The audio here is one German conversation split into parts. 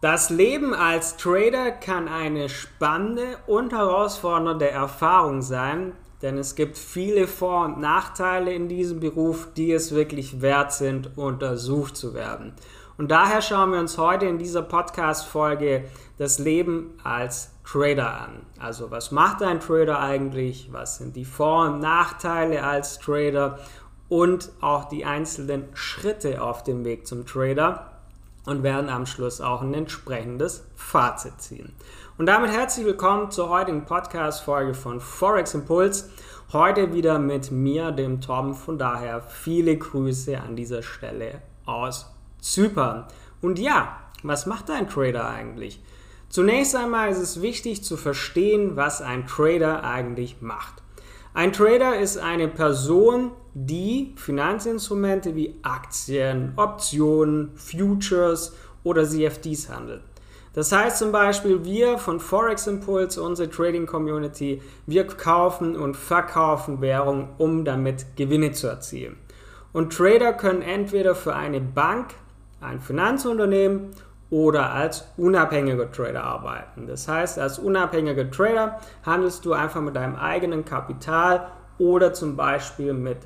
Das Leben als Trader kann eine spannende und herausfordernde Erfahrung sein, denn es gibt viele Vor- und Nachteile in diesem Beruf, die es wirklich wert sind, untersucht zu werden. Und daher schauen wir uns heute in dieser Podcast-Folge das Leben als Trader an. Also was macht ein Trader eigentlich? Was sind die Vor- und Nachteile als Trader? Und auch die einzelnen Schritte auf dem Weg zum Trader. Und werden am Schluss auch ein entsprechendes Fazit ziehen. Und damit herzlich willkommen zur heutigen Podcast-Folge von Forex Impuls. Heute wieder mit mir, dem Tom. Von daher viele Grüße an dieser Stelle aus Zypern. Und ja, was macht ein Trader eigentlich? Zunächst einmal ist es wichtig zu verstehen, was ein Trader eigentlich macht. Ein Trader ist eine Person, die Finanzinstrumente wie Aktien, Optionen, Futures oder CFDs handelt. Das heißt zum Beispiel, wir von Forex Impulse, unsere Trading Community, wir kaufen und verkaufen Währung, um damit Gewinne zu erzielen. Und Trader können entweder für eine Bank, ein Finanzunternehmen oder als unabhängiger Trader arbeiten. Das heißt, als unabhängiger Trader handelst du einfach mit deinem eigenen Kapital oder zum Beispiel mit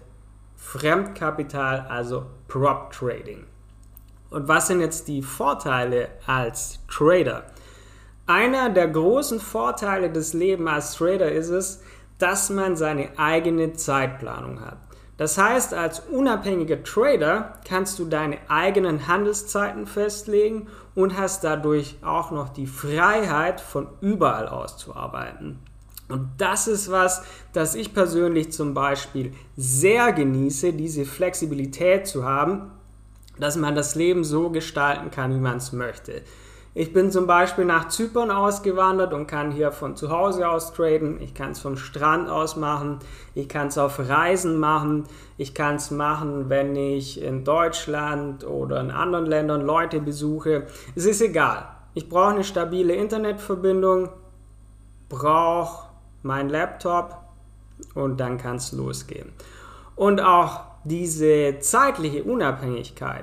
Fremdkapital, also Prop Trading. Und was sind jetzt die Vorteile als Trader? Einer der großen Vorteile des Lebens als Trader ist es, dass man seine eigene Zeitplanung hat. Das heißt, als unabhängiger Trader kannst du deine eigenen Handelszeiten festlegen und hast dadurch auch noch die Freiheit, von überall aus zu arbeiten. Und das ist was, das ich persönlich zum Beispiel sehr genieße, diese Flexibilität zu haben, dass man das Leben so gestalten kann, wie man es möchte. Ich bin zum Beispiel nach Zypern ausgewandert und kann hier von zu Hause aus traden. Ich kann es vom Strand aus machen. Ich kann es auf Reisen machen. Ich kann es machen, wenn ich in Deutschland oder in anderen Ländern Leute besuche. Es ist egal. Ich brauche eine stabile Internetverbindung, brauche meinen Laptop und dann kann es losgehen. Und auch diese zeitliche Unabhängigkeit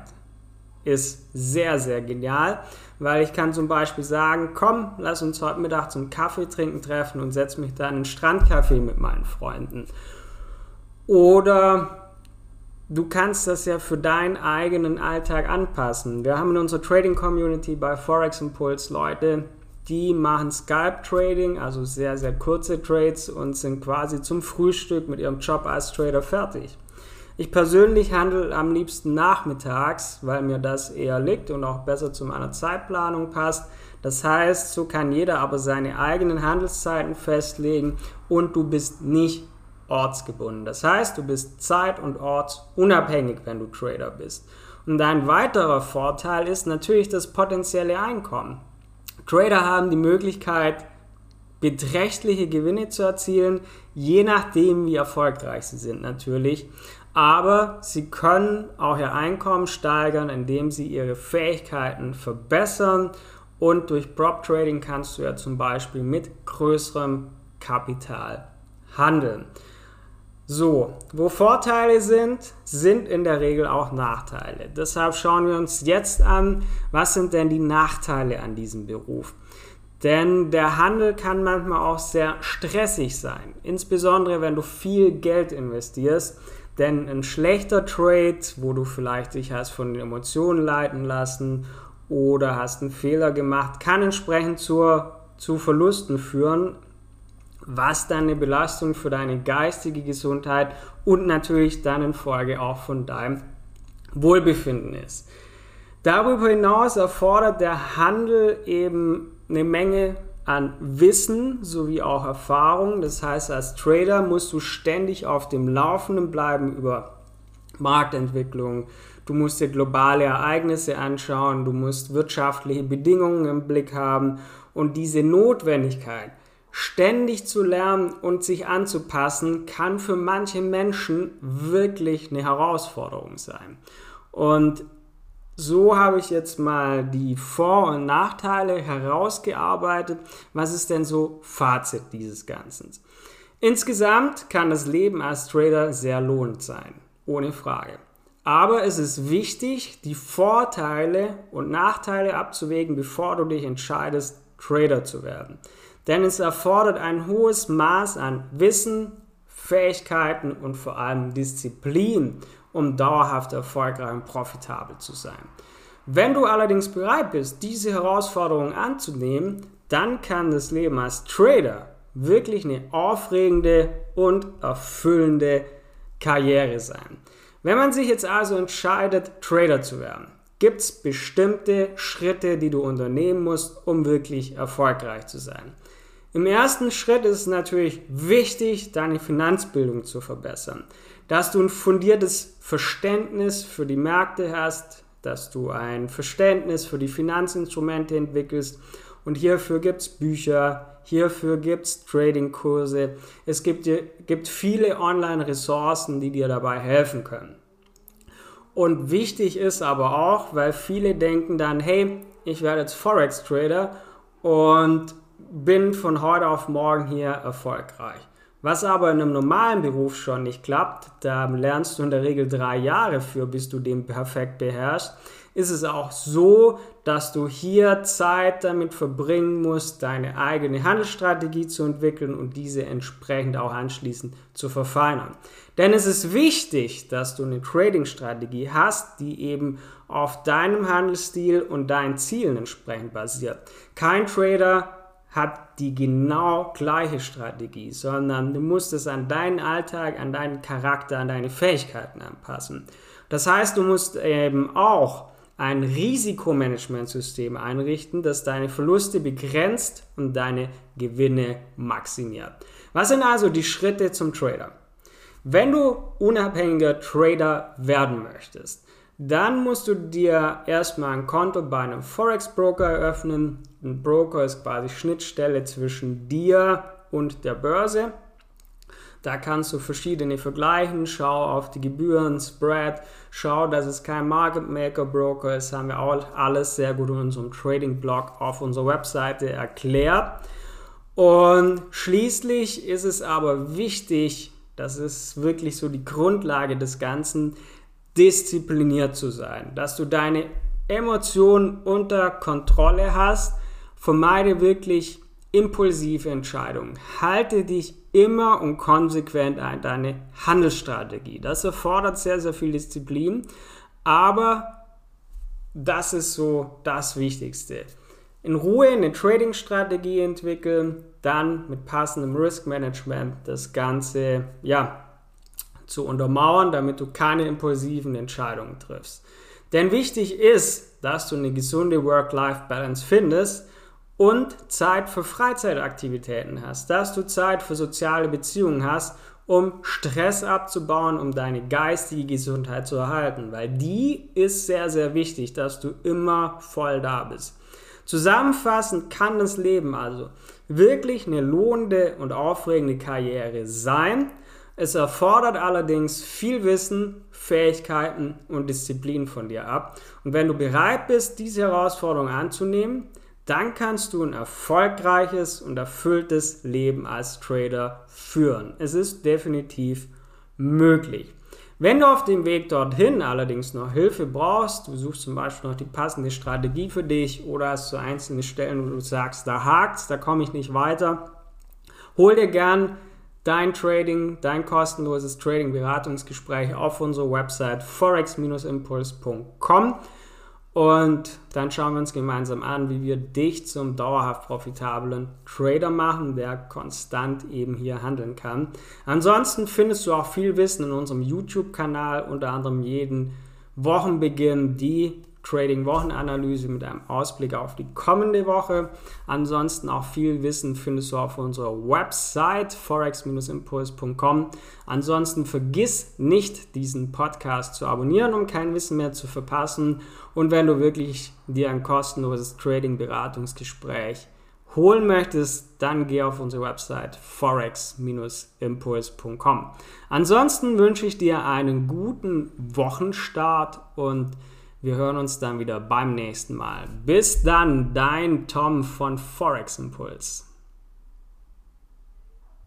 ist sehr, sehr genial, weil ich kann zum Beispiel sagen, komm, lass uns heute Mittag zum Kaffee trinken treffen und setze mich dann in ein Strandcafé mit meinen Freunden. Oder du kannst das ja für deinen eigenen Alltag anpassen. Wir haben in unserer Trading Community bei Forex Impulse Leute, die machen Scalp Trading, also sehr, sehr kurze Trades und sind quasi zum Frühstück mit ihrem Job als Trader fertig. Ich persönlich handle am liebsten nachmittags, weil mir das eher liegt und auch besser zu meiner Zeitplanung passt. Das heißt, so kann jeder aber seine eigenen Handelszeiten festlegen und du bist nicht ortsgebunden. Das heißt, du bist zeit- und ortsunabhängig, wenn du Trader bist. Und ein weiterer Vorteil ist natürlich das potenzielle Einkommen. Trader haben die Möglichkeit, beträchtliche Gewinne zu erzielen, je nachdem, wie erfolgreich sie sind natürlich. Aber sie können auch ihr Einkommen steigern, indem sie ihre Fähigkeiten verbessern. Und durch Prop Trading kannst du ja zum Beispiel mit größerem Kapital handeln. So, wo Vorteile sind, sind in der Regel auch Nachteile. Deshalb schauen wir uns jetzt an, was sind denn die Nachteile an diesem Beruf? Denn der Handel kann manchmal auch sehr stressig sein, insbesondere wenn du viel Geld investierst. Denn ein schlechter Trade, wo du vielleicht dich hast von den Emotionen leiten lassen oder hast einen Fehler gemacht, kann entsprechend zu Verlusten führen, was dann eine Belastung für deine geistige Gesundheit und natürlich dann in Folge auch von deinem Wohlbefinden ist. Darüber hinaus erfordert der Handel eben eine Menge an Wissen sowie auch Erfahrung. Das heißt, als Trader musst du ständig auf dem Laufenden bleiben über Marktentwicklung. Du musst dir globale Ereignisse anschauen. Du musst wirtschaftliche Bedingungen im Blick haben. Und diese Notwendigkeit, ständig zu lernen und sich anzupassen, kann für manche Menschen wirklich eine Herausforderung sein. Und so habe ich jetzt mal die Vor- und Nachteile herausgearbeitet. Was ist denn so Fazit dieses Ganzen? Insgesamt kann das Leben als Trader sehr lohnend sein, ohne Frage. Aber es ist wichtig, die Vorteile und Nachteile abzuwägen, bevor du dich entscheidest, Trader zu werden. Denn es erfordert ein hohes Maß an Wissen, Fähigkeiten und vor allem Disziplin, um dauerhaft erfolgreich und profitabel zu sein. Wenn du allerdings bereit bist, diese Herausforderung anzunehmen, dann kann das Leben als Trader wirklich eine aufregende und erfüllende Karriere sein. Wenn man sich jetzt also entscheidet, Trader zu werden, gibt es bestimmte Schritte, die du unternehmen musst, um wirklich erfolgreich zu sein. Im ersten Schritt ist es natürlich wichtig, deine Finanzbildung zu verbessern, dass du ein fundiertes Verständnis für die Märkte hast, dass du ein Verständnis für die Finanzinstrumente entwickelst und hierfür gibt es Bücher, hierfür gibt es Tradingkurse, es gibt viele Online-Ressourcen, die dir dabei helfen können. Und wichtig ist aber auch, weil viele denken dann, hey, ich werde jetzt Forex-Trader und bin von heute auf morgen hier erfolgreich. Was aber in einem normalen Beruf schon nicht klappt, da lernst du in der Regel 3 Jahre für, bis du den perfekt beherrschst, ist es auch so, dass du hier Zeit damit verbringen musst, deine eigene Handelsstrategie zu entwickeln und diese entsprechend auch anschließend zu verfeinern. Denn es ist wichtig, dass du eine Trading-Strategie hast, die eben auf deinem Handelsstil und deinen Zielen entsprechend basiert. Kein Trader hat die genau gleiche Strategie, sondern du musst es an deinen Alltag, an deinen Charakter, an deine Fähigkeiten anpassen. Das heißt, du musst eben auch ein Risikomanagementsystem einrichten, das deine Verluste begrenzt und deine Gewinne maximiert. Was sind also die Schritte zum Trader? Wenn du unabhängiger Trader werden möchtest, dann musst du dir erstmal ein Konto bei einem Forex-Broker eröffnen. Ein Broker ist quasi Schnittstelle zwischen dir und der Börse. Da kannst du verschiedene vergleichen, schau auf die Gebühren, Spread, schau, dass es kein Market Maker Broker ist, haben wir auch alles sehr gut in unserem Trading-Blog auf unserer Webseite erklärt. Und schließlich ist es aber wichtig, das ist wirklich so die Grundlage des Ganzen, diszipliniert zu sein, dass du deine Emotionen unter Kontrolle hast, vermeide wirklich impulsive Entscheidungen, halte dich immer und konsequent an deine Handelsstrategie. Das erfordert sehr, sehr viel Disziplin, aber das ist so das Wichtigste. In Ruhe eine Trading-Strategie entwickeln, dann mit passendem Risk-Management das Ganze, zu untermauern, damit du keine impulsiven Entscheidungen triffst. Denn wichtig ist, dass du eine gesunde Work-Life-Balance findest und Zeit für Freizeitaktivitäten hast, dass du Zeit für soziale Beziehungen hast, um Stress abzubauen, um deine geistige Gesundheit zu erhalten, weil die ist sehr, sehr wichtig, dass du immer voll da bist. Zusammenfassend kann das Leben also wirklich eine lohnende und aufregende Karriere sein. Es erfordert allerdings viel Wissen, Fähigkeiten und Disziplin von dir ab. Und wenn du bereit bist, diese Herausforderung anzunehmen, dann kannst du ein erfolgreiches und erfülltes Leben als Trader führen. Es ist definitiv möglich. Wenn du auf dem Weg dorthin allerdings noch Hilfe brauchst, du suchst zum Beispiel noch die passende Strategie für dich oder hast so einzelne Stellen, wo du sagst, da hakt's, da komme ich nicht weiter, hol dir gern dein kostenloses Trading-Beratungsgespräch auf unserer Website forex-impuls.com und dann schauen wir uns gemeinsam an, wie wir dich zum dauerhaft profitablen Trader machen, der konstant eben hier handeln kann. Ansonsten findest du auch viel Wissen in unserem YouTube-Kanal, unter anderem jeden Wochenbeginn die Trading-Wochenanalyse mit einem Ausblick auf die kommende Woche. Ansonsten auch viel Wissen findest du auf unserer Website forex-impuls.com. Ansonsten vergiss nicht, diesen Podcast zu abonnieren, um kein Wissen mehr zu verpassen. Und wenn du wirklich dir ein kostenloses Trading-Beratungsgespräch holen möchtest, dann geh auf unsere Website forex-impuls.com. Ansonsten wünsche ich dir einen guten Wochenstart und wir hören uns dann wieder beim nächsten Mal. Bis dann, dein Tom von Forex Impuls.